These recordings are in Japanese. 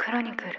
クロニクル。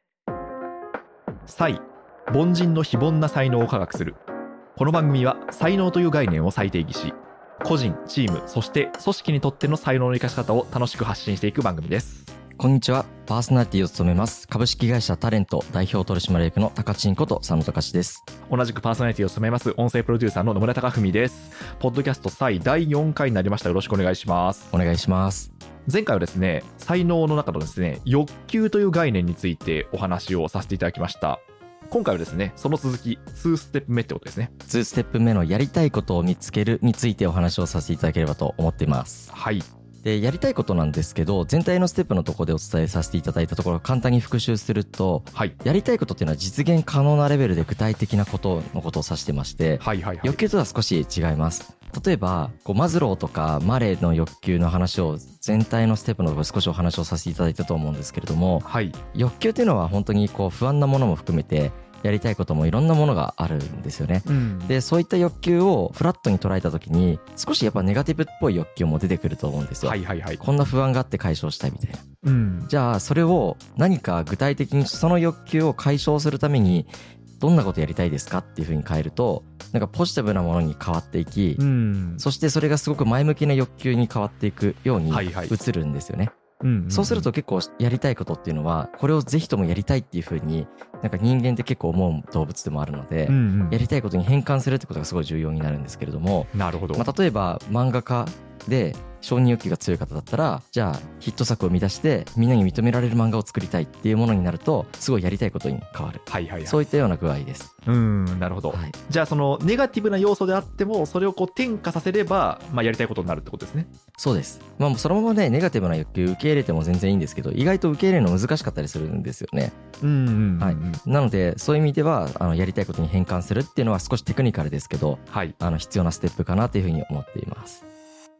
才、凡人の非凡な才能を科学する。この番組は才能という概念を再定義し、個人、チーム、そして組織にとっての才能の生かし方を楽しく発信していく番組です。 こんにちは。パーソナリティを務めます株式会社タレント代表取締役の高知んこと佐野隆です。 同じくパーソナリティを務めます音声プロデューサーの野村貴文です。ポッドキャスト才第4回になりました。よろしくお願いします。 お願いします。 前回はですね、才能の中のですね、欲求という概念についてお話をさせていただきました。今回はですね、その続き2ステップ目ってことですね。 2ステップ目のやりたいことを見つけるについてお話をさせていただければと思っています。 はい。 で、やりたいことなんですけど、全体のステップのところでお伝えさせていただいたところを簡単に復習すると、 はい、 やりたいことっていうのは実現可能なレベルで具体的なことのことを指してまして、 はいはいはい、 欲求とは少し違います。例えばマズローとかマレーの欲求の話を全体のステップのところで少しお話をさせていただいたと思うんですけれども、 はい、 欲求っていうのは本当に不安なものも含めてやりたいこともいろんなものがあるんですよね、でそういった欲求をフラットに捉えた時に少しやっぱネガティブっぽい欲求も出てくると思うんですよ、 はいはいはい、 こんな不安があって解消したいみたいな、じゃあそれを何か具体的にその欲求を解消するためにどんなことやりたいですかっていう風に変えるとなんかポジティブなものに変わっていき、そしてそれがすごく前向きな欲求に変わっていくように映るんですよね、そうすると結構やりたいことっていうのはこれをぜひともやりたいっていう風になんか人間って結構思う動物でもあるので、やりたいことに変換するってことがすごい重要になるんですけれども、 なるほど、 例えば漫画家で承認欲求が強い方だったらじゃあヒット作を生み出してみんなに認められる漫画を作りたいっていうものになるとすごいやりたいことに変わる、はいはいはい、そういったような具合です。 なるほど、はい、じゃあそのネガティブな要素であってもそれを転化させれば、やりたいことになるってことですね。 そうです、そのままねネガティブな欲求受け入れても全然いいんですけど意外と受け入れるの難しかったりするんですよね。なのでそういう意味ではやりたいことに変換するっていうのは少しテクニカルですけど、はい、必要なステップかなというふうに思っています。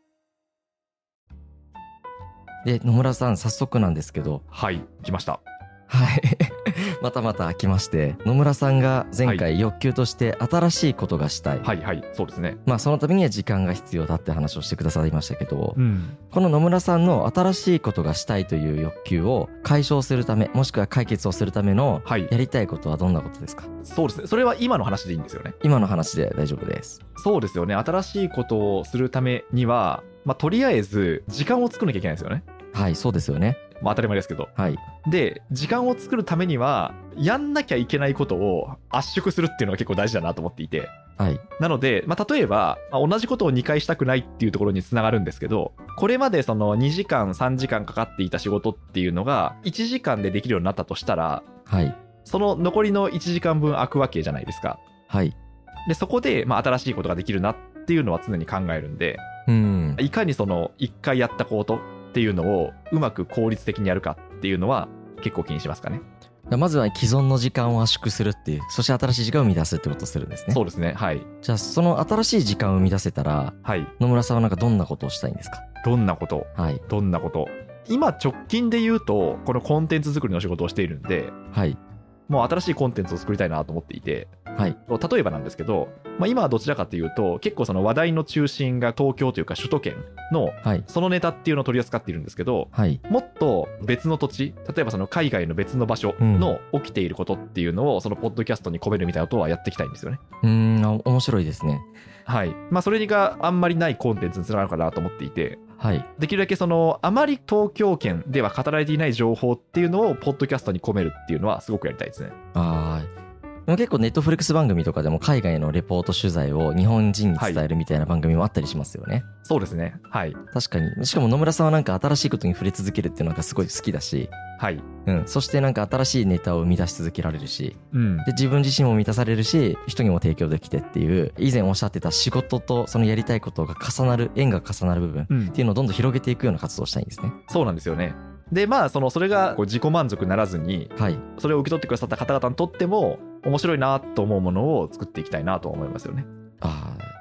で野村さん早速なんですけど、 はい来ました。 はいまた来まして、野村さんが前回欲求として新しいことがしたい、 はいはいそうですね、 そのためには時間が必要だって話をしてくださいましたけど、この野村さんの新しいことがしたいという欲求を解消するためもしくは解決をするためのやりたいことはどんなことですか？ そうですね、それは今の話でいいんですよね。 今の話で大丈夫です。 そうですよね、新しいことをするためには、とりあえず時間を作らなきゃいけないですよね。 はい、そうですよね。 当たり前ですけど、はい、で時間を作るためにはやんなきゃいけないことを圧縮するっていうのが結構大事だなと思っていて、はい、なので、例えば、同じことを2回したくないっていうところにつながるんですけど、これまでその2時間3時間かかっていた仕事っていうのが1時間でできるようになったとしたら、はい、その残りの1時間分空くわけじゃないですか。はい、でそこで、新しいことができるなっていうのは常に考えるんで、いかにその1回やったことっていうのをうまく効率的にやるかっていうのは結構気にしますかね。 まずは既存の時間を圧縮するっていう、そして新しい時間を生み出すってことをするんですね。 そうですね、はい。 じゃあその新しい時間を生み出せたら、はい、野村さんはなんかどんなことをしたいんですか？ どんなこと、はい、どんなこと。今直近で言うとこのコンテンツ作りの仕事をしているんで、はい、もう新しいコンテンツを作りたいなと思っていて、はい、例えばなんですけど、今はどちらかというと結構その話題の中心が東京というか首都圏のそのネタっていうのを取り扱っているんですけど、はい、もっと別の土地、例えばその海外の別の場所の起きていることっていうのをそのポッドキャストに込めるみたいなことはやっていきたいんですよね。 面白いですね。 はい、それがあんまりないコンテンツにつながるかなと思っていて、はい、できるだけそのあまり東京圏では語られていない情報っていうのをポッドキャストに込めるっていうのはすごくやりたいですね。 結構ネットフリックス番組とかでも海外のレポート取材を日本人に伝えるみたいな番組もあったりしますよね。 そうですね、はい、 確かに。しかも野村さんはなんか新しいことに触れ続けるっていうのがすごい好きだし、はい、そしてなんか新しいネタを生み出し続けられるし、で自分自身も満たされるし人にも提供できてっていう、以前おっしゃってた仕事とそのやりたいことが重なる、縁が重なる部分っていうのをどんどん広げていくような活動をしたいんですね。 そうなんですよね。でそれが自己満足ならずに、はい、それを受け取ってくださった方々にとっても面白いなと思うものを作っていきたいなと思いますよね。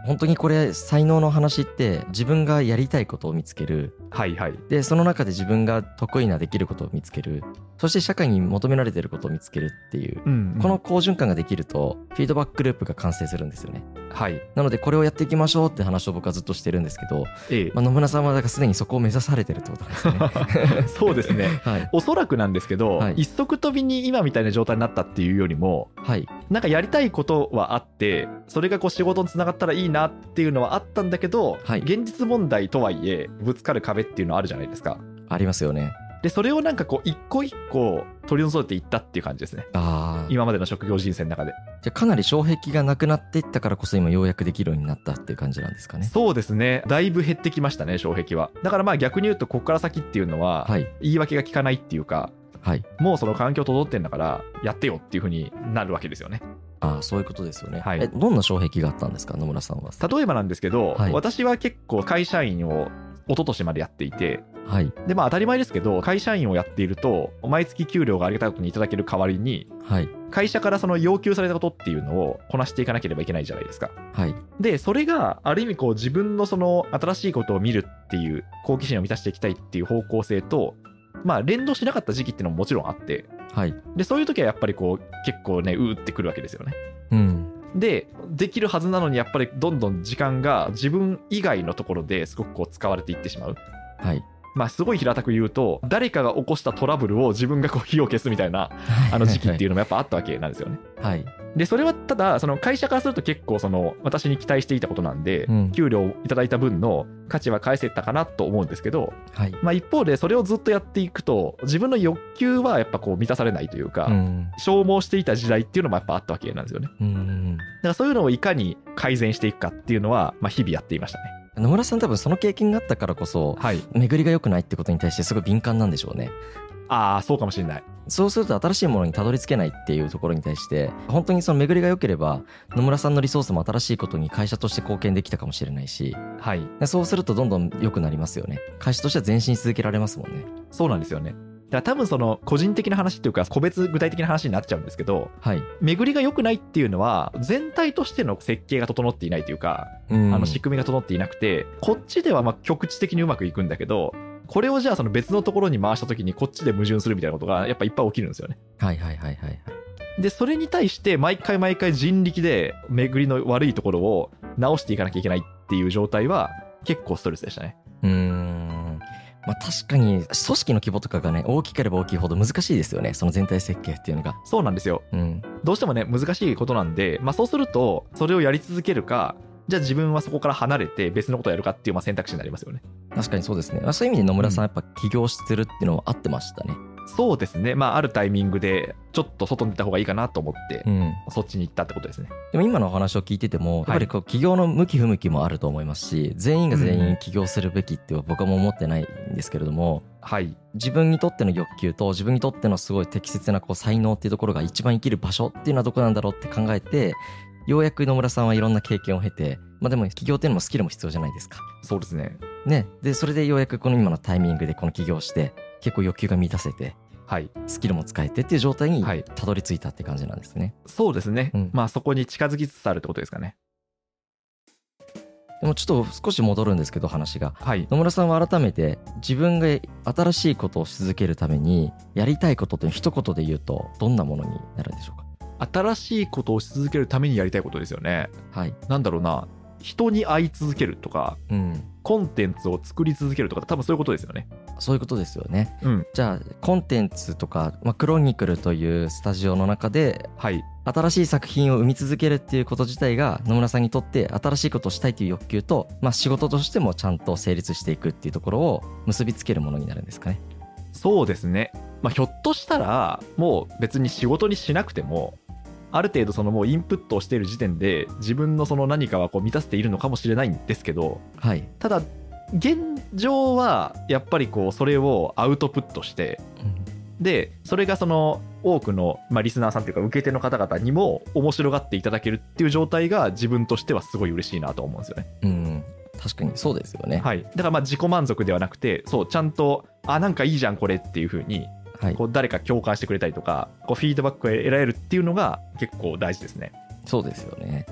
本当にこれ才能の話って自分がやりたいことを見つける。 はいはい。 でその中で自分が得意なできることを見つける。そして社会に求められていることを見つけるっていう、この好循環ができるとフィードバックループが完成するんですよね。 はい。 なのでこれをやっていきましょうって話を僕はずっとしてるんですけど、野村さんはだからすでにそこを目指されてるってことなんですね。 そうですね、はい、おそらくなんですけど、はい、一足飛びに今みたいな状態になったっていうよりも、はい、なんかやりたいことはあってそれがこう仕事につながったらいいなっていうのはあったんだけど、はい、現実問題とはいえぶつかる壁っていうのはあるじゃないですか。 ありますよね。 でそれをなんかこう一個一個取り除いていったっていう感じですね。今までの職業人生の中で。 じゃあかなり障壁がなくなっていったからこそ今ようやくできるようになったっていう感じなんですかね。 そうですね、だいぶ減ってきましたね障壁は。だからまあ逆に言うとここから先っていうのは言い訳が効かないっていうか、はい、もうその環境整ってんだからやってよっていう風になるわけですよね。 ああ、そういうことですよね。はい、どんな障壁があったんですか野村さんは。 例えばなんですけど、はい、私は結構会社員を一昨年までやっていて、はい、でまあ当たり前ですけど会社員をやっていると毎月給料がありがたいことにいただける代わりに、はい、会社からその要求されたことっていうのをこなしていかなければいけないじゃないですか。はい、でそれがある意味こう自分のその新しいことを見るっていう好奇心を満たしていきたいっていう方向性とまあ連動しなかった時期っていうのももちろんあって、はい、でそういう時はやっぱりこう結構ねうーってくるわけですよね。でできるはずなのにやっぱりどんどん時間が自分以外のところですごくこう使われていってしまう。はい、まあすごい平たく言うと誰かが起こしたトラブルを自分がこう火を消すみたいな時期っていうのもやっぱあったわけなんですよね。はい、でそれはただその会社からすると結構その私に期待していたことなんで、給料をいただいた分の価値は返せたかなと思うんですけど、はい、まあ一方でそれをずっとやっていくと自分の欲求はやっぱこう満たされないというか、消耗していた時代っていうのもやっぱあったわけなんですよね。だからそういうのをいかに改善していくかっていうのはまあ日々やっていましたね。 野村さん多分その経験があったからこそ、はい、巡りが良くないってことに対してすごい敏感なんでしょうね。 ああ、そうかもしれない。 そうすると新しいものにたどり着けないっていうところに対して本当にその巡りが良ければ野村さんのリソースも新しいことに会社として貢献できたかもしれないし、はい、そうするとどんどん良くなりますよね。会社としては前進し続けられますもんね。 そうなんですよね。だから多分その個人的な話っていうか個別具体的な話になっちゃうんですけど、はい、巡りが良くないっていうのは全体としての設計が整っていないというか、仕組みが整っていなくてこっちではまあ局地的にうまくいくんだけどこれをじゃあその別のところに回した時にこっちで矛盾するみたいなことがやっぱいっぱい起きるんですよね。はいはいはいはい。でそれに対して毎回毎回人力で巡りの悪いところを直していかなきゃいけないっていう状態は結構ストレスでしたね。 まあ、確かに組織の規模とかがね大きければ大きいほど難しいですよね、その全体設計っていうのが。 そうなんですよ、どうしてもね難しいことなんで、まあ、そうするとそれをやり続けるかじゃあ自分はそこから離れて別のことをやるかっていうまあ選択肢になりますよね。 確かにそうですね、まあ、そういう意味で野村さんやっぱ起業してるっていうのは合ってましたね。 そうですね、まああるタイミングでちょっと外に出た方がいいかなと思って、そっちに行ったってことですね。 でも今のお話を聞いててもやっぱりこう起業の向き不向きもあると思いますし、全員が全員起業するべきって僕はもう思ってないんですけれども、はい、自分にとっての欲求と自分にとってのすごい適切なこう才能っていうところが一番生きる場所っていうのはどこなんだろうって考えて、ようやく野村さんはいろんな経験を経て、まあでも起業っていうのもスキルも必要じゃないですか。 そうですね。 ね、でそれでようやくこの今のタイミングでこの起業して結構欲求が満たせて、はい、スキルも使えてっていう状態にたどり着いたって感じなんですね。 そうですね、まあそこに近づきつつあるってことですかね。 でもちょっと少し戻るんですけど話が、はい、野村さんは改めて自分が新しいことをし続けるためにやりたいことという一言で言うとどんなものになるんでしょうか。 新しいことをし続けるためにやりたいことですよね。はい、なんだろうな、人に会い続けるとか、コンテンツを作り続けるとか多分そういうことですよね。 そういうことですよね、じゃあコンテンツとか、クロニクルというスタジオの中で、はい、新しい作品を生み続けるっていうこと自体が野村さんにとって新しいことをしたいという欲求と、仕事としてもちゃんと成立していくっていうところを結びつけるものになるんですかね。 そうですね、ひょっとしたらもう別に仕事にしなくてもある程度そのもうインプットをしている時点で自分のその何かはこう満たせているのかもしれないんですけど、はい、ただ現状はやっぱりこうそれをアウトプットして、でそれがその多くのリスナーさんというか受け手の方々にも面白がっていただけるっていう状態が自分としてはすごい嬉しいなと思うんですよね。 確かにそうですよね。 はい、だから自己満足ではなくて、そうちゃんとなんかいいじゃんこれっていう風にこう誰か共感してくれたりとかこうフィードバックを得られるっていうのが結構大事ですね。 そうですよね。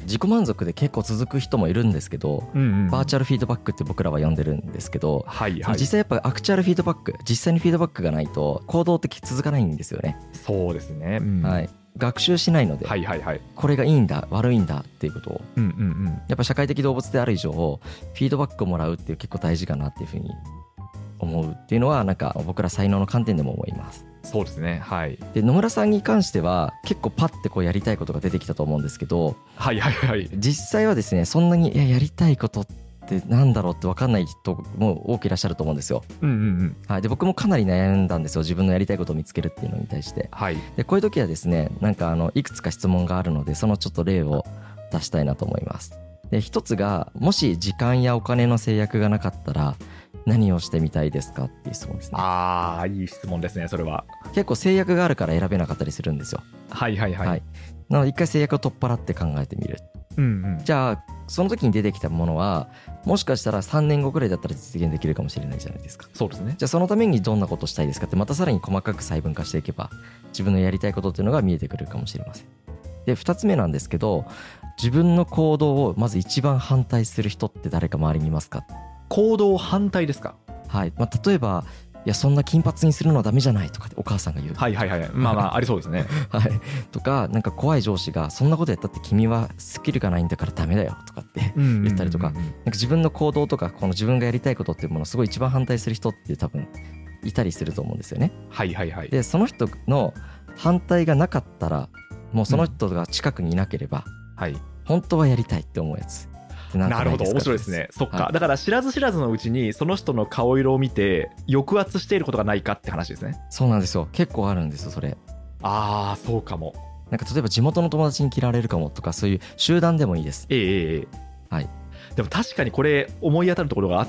自己満足で結構続く人もいるんですけど、バーチャルフィードバックって僕らは呼んでるんですけど、実際やっぱアクチュアルフィードバック、実際にフィードバックがないと行動って続かないんですよね。 そうですね、 はい、学習しないので、これがいいんだ悪いんだっていうことを、やっぱ社会的動物である以上フィードバックをもらうっていう結構大事かなっていうふうに思うっていうのはなんか僕ら才能の観点でも思います。 そうですね、はい。 で野村さんに関しては結構パッてこうやりたいことが出てきたと思うんですけど、実際はですねそんなにやりたいことってなんだろうって分かんない人も多くいらっしゃると思うんですよ。はい、で僕もかなり悩んだんですよ、自分のやりたいことを見つけるっていうのに対して。でこういう時はですねなんかいくつか質問があるのでそのちょっと例を出したいなと思います。で一つが、もし時間やお金の制約がなかったら何をしてみたいですかっていう質問ですね。 いい質問ですね。それは結構制約があるから選べなかったりするんですよ。なので一回制約を取っ払って考えてみる。じゃあその時に出てきたものはもしかしたら3年後くらいだったら実現できるかもしれないじゃないですか。 そうですね。 じゃあそのためにどんなことしたいですかってまたさらに細かく細分化していけば自分のやりたいことっていうのが見えてくるかもしれません。で2つ目なんですけど、自分の行動をまず一番反対する人って誰か周りにいますか。 行動反対ですか。 はい、例えばいやそんな金髪にするのはダメじゃないとかってお母さんが言う。 ありそうですね。 とかなんか怖い上司がそんなことやったって君はスキルがないんだからダメだよとかって言ったりとか、なんか自分の行動とかこの自分がやりたいことっていうものをすごい一番反対する人って多分いたりすると思うんですよね。でその人の反対がなかったらもうその人が近くにいなければ、本当はやりたいって思うやつ。 なるほど、面白いですね。そっか、だから知らず知らずのうちにその人の顔色を見て抑圧していることがないかって話ですね。 そうなんですよ、結構あるんですよそれ。 そうかも。 なんか例えば地元の友達に嫌われるかもとかそういう集団でもいいです。でも確かにこれ思い当たるところがあって、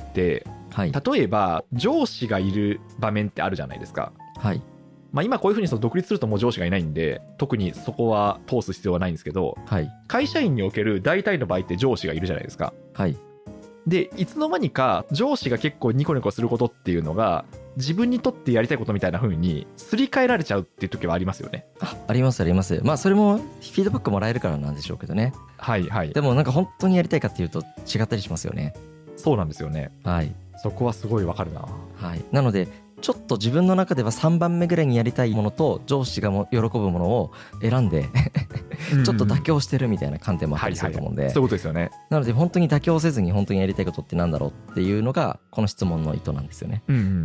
例えば上司がいる場面ってあるじゃないですか。今こういうふうに独立するともう上司がいないんで特にそこは通す必要はないんですけど、会社員における大体の場合って上司がいるじゃないですか。でいつの間にか上司が結構ニコニコすることっていうのが自分にとってやりたいことみたいな風にすり替えられちゃうっていう時はありますよね。 ありますあります。それもフィードバックもらえるからなんでしょうけどね。でもなんか本当にやりたいかっていうと違ったりしますよね。 そうなんですよね。そこはすごいわかるな。 なのでちょっと自分の中では3番目ぐらいにやりたいものと上司が喜ぶものを選んでちょっと妥協してるみたいな観点もあったりすると思うんで、 そういうことですよね。なので本当に妥協せずに本当にやりたいことってなんだろうっていうのがこの質問の意図なんですよね。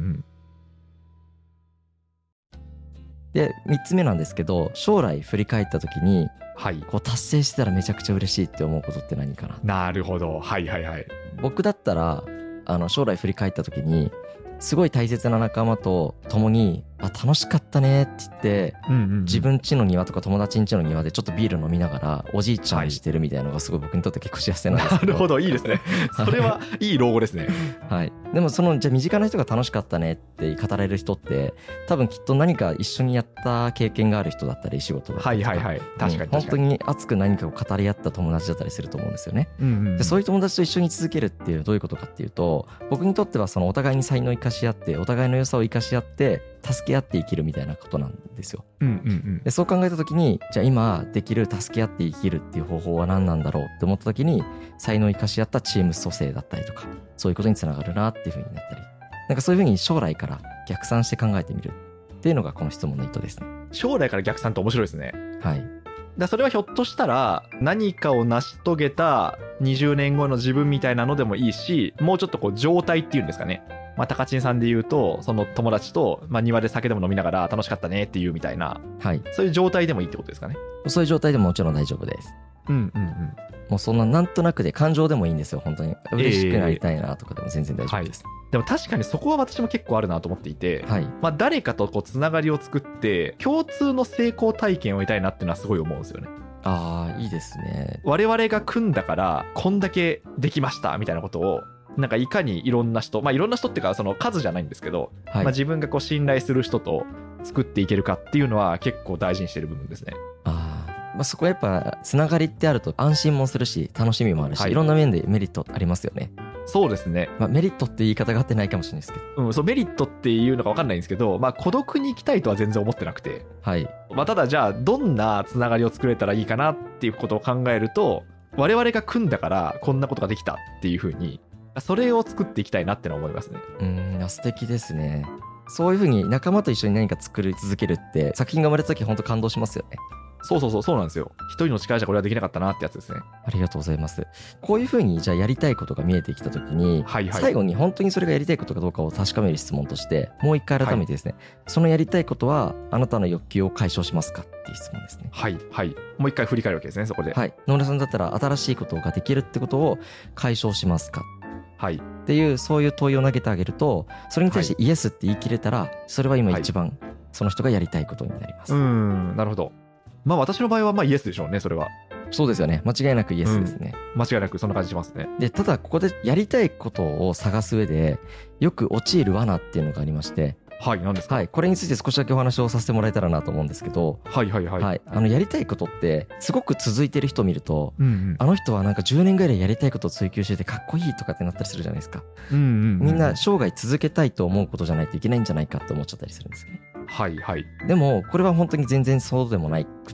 で3つ目なんですけど、将来振り返った時にこう達成してたらめちゃくちゃ嬉しいって思うことって何かな。 なるほど。 僕だったら将来振り返った時にすごい大切な仲間と共に楽しかったねって言って、自分家の庭とか友達ん家の庭でちょっとビール飲みながらおじいちゃんしてるみたいなのがすごい僕にとって結構幸せなんですけど。 なるほど、いいですね。それはいい老後ですね。 でもじゃあ身近な人が楽しかったねって語れる人って多分きっと何か一緒にやった経験がある人だったり仕事だったりとか、確かに本当に熱く何かを語り合った友達だったりすると思うんですよね。でそういう友達と一緒に続けるっていうのはどういうことかっていうと、僕にとってはそのお互いに才能を生かし合ってお互いの良さを生かし合って助け合って生きるみたいなことなんですよ。でそう考えた時にじゃあ今できる助け合って生きるっていう方法は何なんだろうって思った時に才能を生かし合ったチーム組成だったりとかそういうことにつながるなっていう風になったり、なんかそういう風に将来から逆算して考えてみるっていうのがこの質問の意図ですね。 将来から逆算って面白いですね。それはひょっとしたら何かを成し遂げた20年後の自分みたいなのでもいいし、もうちょっとこう状態っていうんですかね。高知さんで言うとその友達と庭で酒でも飲みながら楽しかったねっていうみたいな、そういう状態でもいいってことですかね。 そういう状態でももちろん大丈夫です。もうそんななんとなくで感情でもいいんですよ。本当に嬉しくなりたいなとかでも全然大丈夫です。 でも確かにそこは私も結構あるなと思っていて、誰かとこうつながりを作って共通の成功体験を得たいなっていうのはすごい思うんですよね。 いいですね。 我々が組んだからこんだけできましたみたいなことをなんかいかにいろんな人、いろんな人っていうかその数じゃないんですけど、自分がこう信頼する人と作っていけるかっていうのは結構大事にしてる部分ですね。 そこはやっぱつながりってあると安心もするし楽しみもあるし、いろんな面でメリットありますよね。 そうですね。 メリットって言い方が合ってないかもしれないですけど、 そうメリットっていうのか分かんないんですけど、孤独に行きたいとは全然思ってなくて、ただじゃあどんなつながりを作れたらいいかなっていうことを考えると、 我々が組んだからこんなことができたっていう風に、それを作っていきたいなってのは思いますね。 素敵ですね。そういう風に仲間と一緒に何か作り続けるって作品が生まれた時本当感動しますよね。 そうなんですよ。一人の力じゃこれはできなかったなってやつですね。 ありがとうございます。こういう風にじゃあやりたいことが見えてきた時に、最後に本当にそれがやりたいことかどうかを確かめる質問として、もう一回改めてですね、そのやりたいことはあなたの欲求を解消しますかっていう質問ですね。 もう一回振り返るわけですね、そこで。 野村さんだったら新しいことができるってことを解消しますかっていう、そういう問いを投げてあげると、それに対してイエスって言い切れたら、それは今一番その人がやりたいことになります。 なるほど。私の場合はイエスでしょうね、それは。 そうですよね。間違いなくイエスですね。 間違いなくそんな感じしますね。 で、ただここでやりたいことを探す上でよく陥る罠っていうのがありまして、 何ですか？ これについて少しだけお話をさせてもらえたらなと思うんですけど、やりたいことってすごく続いてる人を見ると、あの人はなんか10年ぐらいやりたいことを追求しててかっこいいとかってなったりするじゃないですか。みんな生涯続けたいと思うことじゃないといけないんじゃないかって思っちゃったりするんですよね。でもこれは本当に全然そうでもないくって、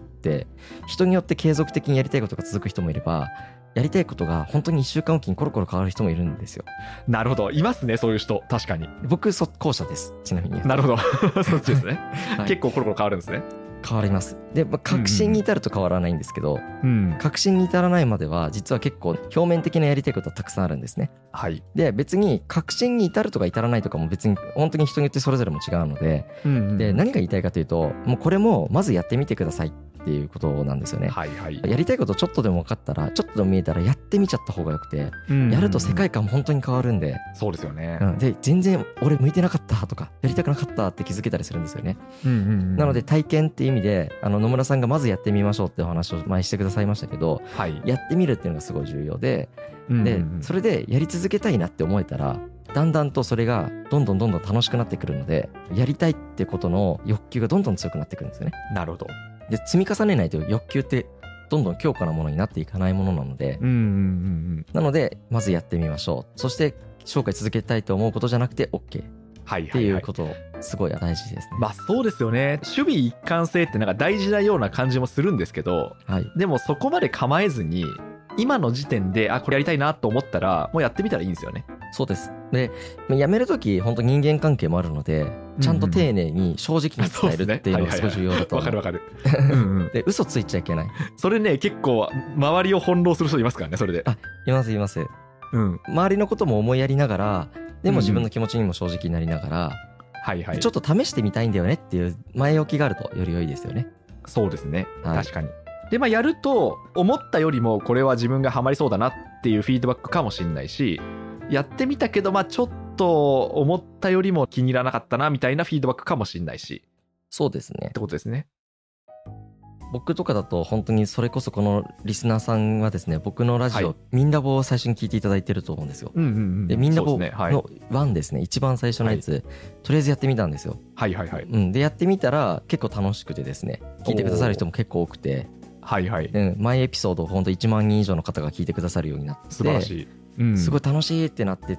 人によって継続的にやりたいことが続く人もいれば、やりたいことが本当に1週間おきにコロコロ変わる人もいるんですよ。 なるほど、いますね、そういう人。確かに僕後者です、ちなみに。 なるほどそっちですね、結構コロコロ変わるんですね。 変わります。で、確信に至ると変わらないんですけど、確信に至らないまでは実は結構表面的なやりたいことはたくさんあるんですね。で、別に確信に至るとか至らないとかも別に本当に人によってそれぞれも違うので、で、何が言いたいかというと、もうこれもまずやってみてくださいっていうことなんですよね。やりたいことちょっとでも分かったら、ちょっとでも見えたらやってみちゃった方がよくて、やると世界観も本当に変わるんで。 そうですよね。 で、全然俺向いてなかったとかやりたくなかったって気づけたりするんですよね。なので体験っていう意味で野村さんがまずやってみましょうってお話を前してくださいましたけど、やってみるっていうのがすごい重要で、それでやり続けたいなって思えたら、だんだんとそれがどんどん楽しくなってくるので、やりたいってことの欲求がどんどん強くなってくるんですよね。 なるほど。 で、積み重ねないと欲求ってどんどん強固なものになっていかないものなので、なのでまずやってみましょう。そして生涯続けたいと思うことじゃなくて OKっていうことすごい大事ですね。 そうですよね。守備一貫性ってなんか大事なような感じもするんですけど、でもそこまで構えずに今の時点でこれやりたいなと思ったらもうやってみたらいいんですよね。 そうです。で、やめるとき本当人間関係もあるので、ちゃんと丁寧に正直に伝えるっていうのがすごい重要だと思う。 わかるで、嘘ついちゃいけない。 それね、結構周りを翻弄する人いますからね、それで。 います。周りのことも思いやりながら、でも自分の気持ちにも正直になりながら、ちょっと試してみたいんだよねっていう前置きがあるとより良いですよね。 そうですね、確かに。で、やると思ったよりもこれは自分がハマりそうだなっていうフィードバックかもしれないし、やってみたけどちょっと思ったよりも気に入らなかったなみたいなフィードバックかもしれないし。 そうですね。 ってことですね。 僕とかだと本当にそれこそこのリスナーさんはですね、僕のラジオ、ミンラボを最初に聞いていただいてると思うんですよ。で、ミンラボの1ですね、一番最初のやつ、とりあえずやってみたんですよ。で、やってみたら結構楽しくてですね、聞いてくださる人も結構多くて、毎エピソードを本当1万人以上の方が聞いてくださるようになって、 素晴らしい、 すごい楽しいってなってって、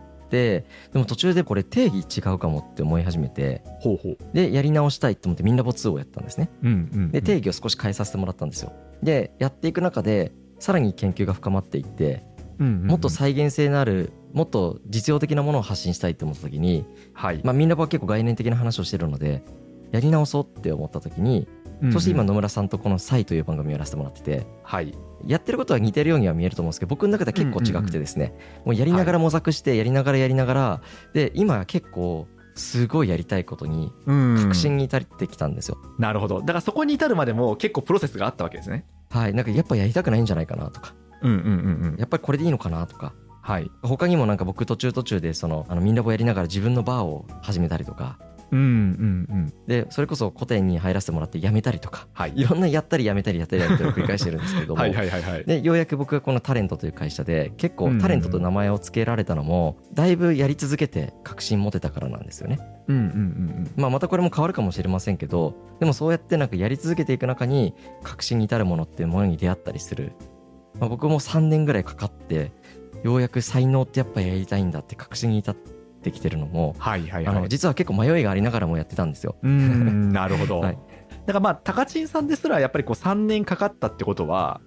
でも途中でこれ定義違うかもって思い始めて、でやり直したいって思ってミンラボ2をやったんですね。で定義を少し変えさせてもらったんですよ。でやっていく中でさらに研究が深まっていって、もっと再現性のあるもっと実用的なものを発信したいって思った時に、ミンラボは結構概念的な話をしてるのでやり直そうって思った時に、そして今野村さんとこの「サイ」という番組をやらせてもらってて、やってることは似てるようには見えると思うんですけど、僕の中では結構違くてですね、もうやりながら模索してやりながらで今結構すごいやりたいことに確信に至ってきたんですよ。 なるほど。だからそこに至るまでも結構プロセスがあったわけですね。 なんかやっぱやりたくないんじゃないかなとか、やっぱりこれでいいのかなとか、他にもなんか僕途中でミンラボやりながら自分のバーを始めたりとか、でそれこそ個展に入らせてもらって辞めたりとか、いろんなやったり辞めたりを繰り返してるんですけれども、でようやく僕がこのタレントという会社で結構タレントと名前を付けられたのもだいぶやり続けて確信持てたからなんですよね。またこれも変わるかもしれませんけど、でもそうやってなんかやり続けていく中に確信に至るものっていうものに出会ったりする、僕も3年ぐらいかかってようやく才能ってやっぱやりたいんだって確信に至ってできてるのも、実は結構迷いがありながらもやってたんですよ。 なるほど、だから高知さんですらやっぱり3年かかったってことは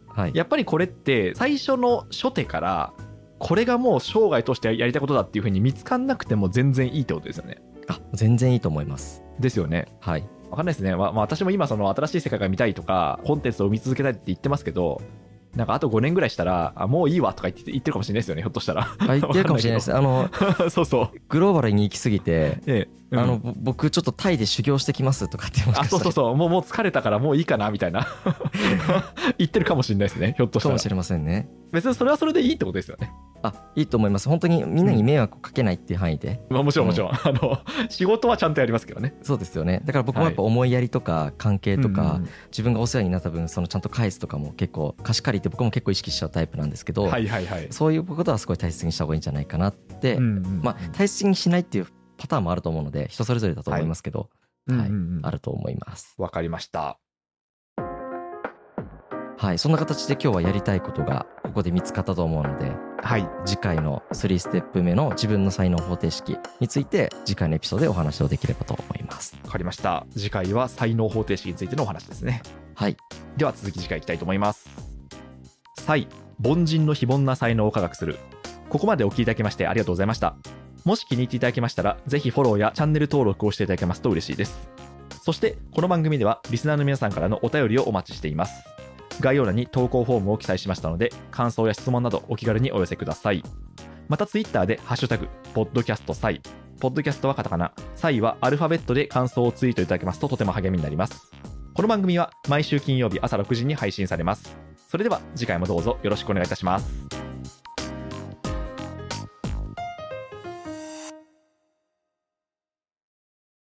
はい、 やっぱりこれって最初の初手からこれがもう生涯としてやりたいことだっていう風に見つかんなくても全然いいってことですよね。 全然いいと思います。 ですよね。 はい。 わかんないですね。私も今その新しい世界が見たいとかコンテンツを見続けたいって言ってますけど、なんかあと5年ぐらいしたらもういいわとか言ってるかもしれないですよね、ひょっとしたら。 言ってるかもしれないです。 そうそう。 グローバルに行き過ぎて、僕ちょっとタイで修行してきますとかってそうもう疲れたからもういいかなみたいな言ってるかもしれないですね、ひょっとしたら。 かもしれませんね。 別にそれはそれでいいってことですよね。 いいと思います。本当にみんなに迷惑をかけないっていう範囲で、 もちろん仕事はちゃんとやりますけどね。 そうですよね。だから僕もやっぱ思いやりとか関係とか、自分がお世話になった分そのちゃんと返すとかも結構貸し借りって僕も結構意識しちゃうタイプなんですけど、そういうことはすごい大切にした方がいいんじゃないかなって、大切にしないっていうパターンもあると思うので人それぞれだと思いますけど、あると思います。 わかりました。 はい、そんな形で今日はやりたいことがここで見つかったと思うので、次回の3ステップ目の自分の才能方程式について次回のエピソードでお話をできればと思います。 わかりました。次回は才能方程式についてのお話ですね。 はい。 では続き次回いきたいと思います。凡人の非凡な才能を科学する。ここまでお聞きいただきましてありがとうございました。もし気に入っていただけましたらぜひフォローやチャンネル登録をしていただけますと嬉しいです。そしてこの番組ではリスナーの皆さんからのお便りをお待ちしています。概要欄に投稿フォームを記載しましたので感想や質問などお気軽にお寄せください。またツイッターでハッシュタグポッドキャストサイ、ポッドキャストはカタカナ、サイはアルファベットで感想をツイートいただけますととても励みになります。この番組は毎週金曜日朝6時に配信されます。それでは次回もどうぞよろしくお願いいたします。